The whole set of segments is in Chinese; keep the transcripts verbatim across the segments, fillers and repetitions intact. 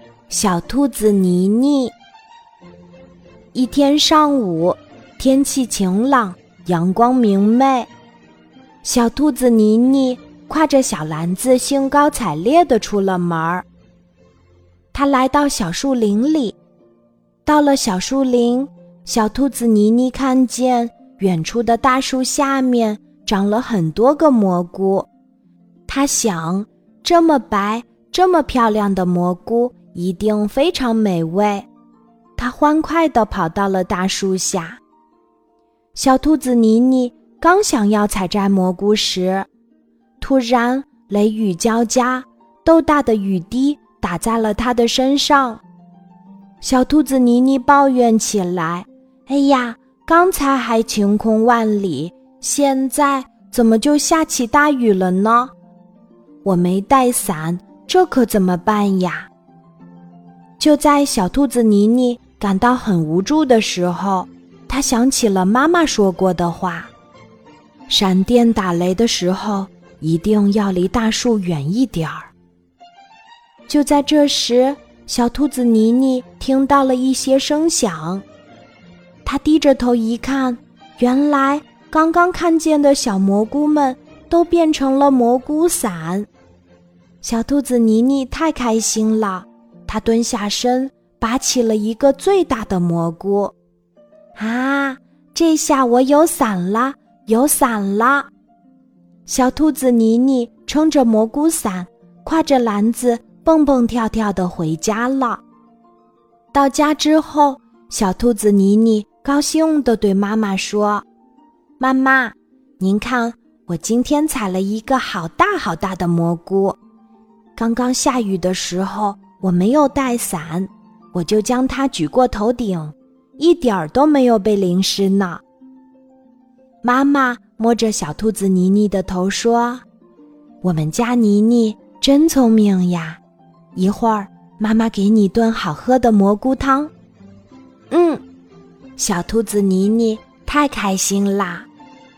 小兔子妮妮。一天上午，天气晴朗，阳光明媚。小兔子妮妮挎着小篮子，兴高采烈地出了门儿。它来到小树林里，到了小树林，小兔子妮妮看见远处的大树下面长了很多个蘑菇。它想，这么白，这么漂亮的蘑菇一定非常美味。它欢快地跑到了大树下。小兔子妮妮刚想要采摘蘑菇时，突然雷雨交加，豆大的雨滴打在了它的身上。小兔子妮妮抱怨起来：哎呀，刚才还晴空万里，现在怎么就下起大雨了呢？我没带伞，这可怎么办呀？就在小兔子妮妮感到很无助的时候，她想起了妈妈说过的话：闪电打雷的时候，一定要离大树远一点儿。就在这时，小兔子妮妮听到了一些声响。她低着头一看，原来刚刚看见的小蘑菇们都变成了蘑菇伞。小兔子妮妮太开心了，她蹲下身，拔起了一个最大的蘑菇。啊，这下我有伞了，有伞了！小兔子妮妮撑着蘑菇伞，挎着篮子，蹦蹦跳跳地回家了。到家之后，小兔子妮妮高兴地对妈妈说：妈妈，您看，我今天采了一个好大好大的蘑菇。刚刚下雨的时候，我没有带伞，我就将它举过头顶，一点儿都没有被淋湿呢。妈妈摸着小兔子妮妮的头说：我们家妮妮真聪明呀，一会儿妈妈给你炖好喝的蘑菇汤。嗯，小兔子妮妮太开心啦。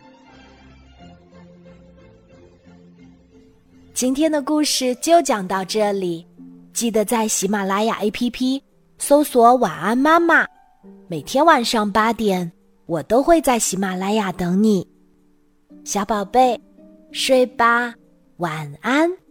今天的故事就讲到这里，记得在喜马拉雅 A P P 搜索晚安妈妈，每天晚上八点，我都会在喜马拉雅等你。小宝贝，睡吧，晚安。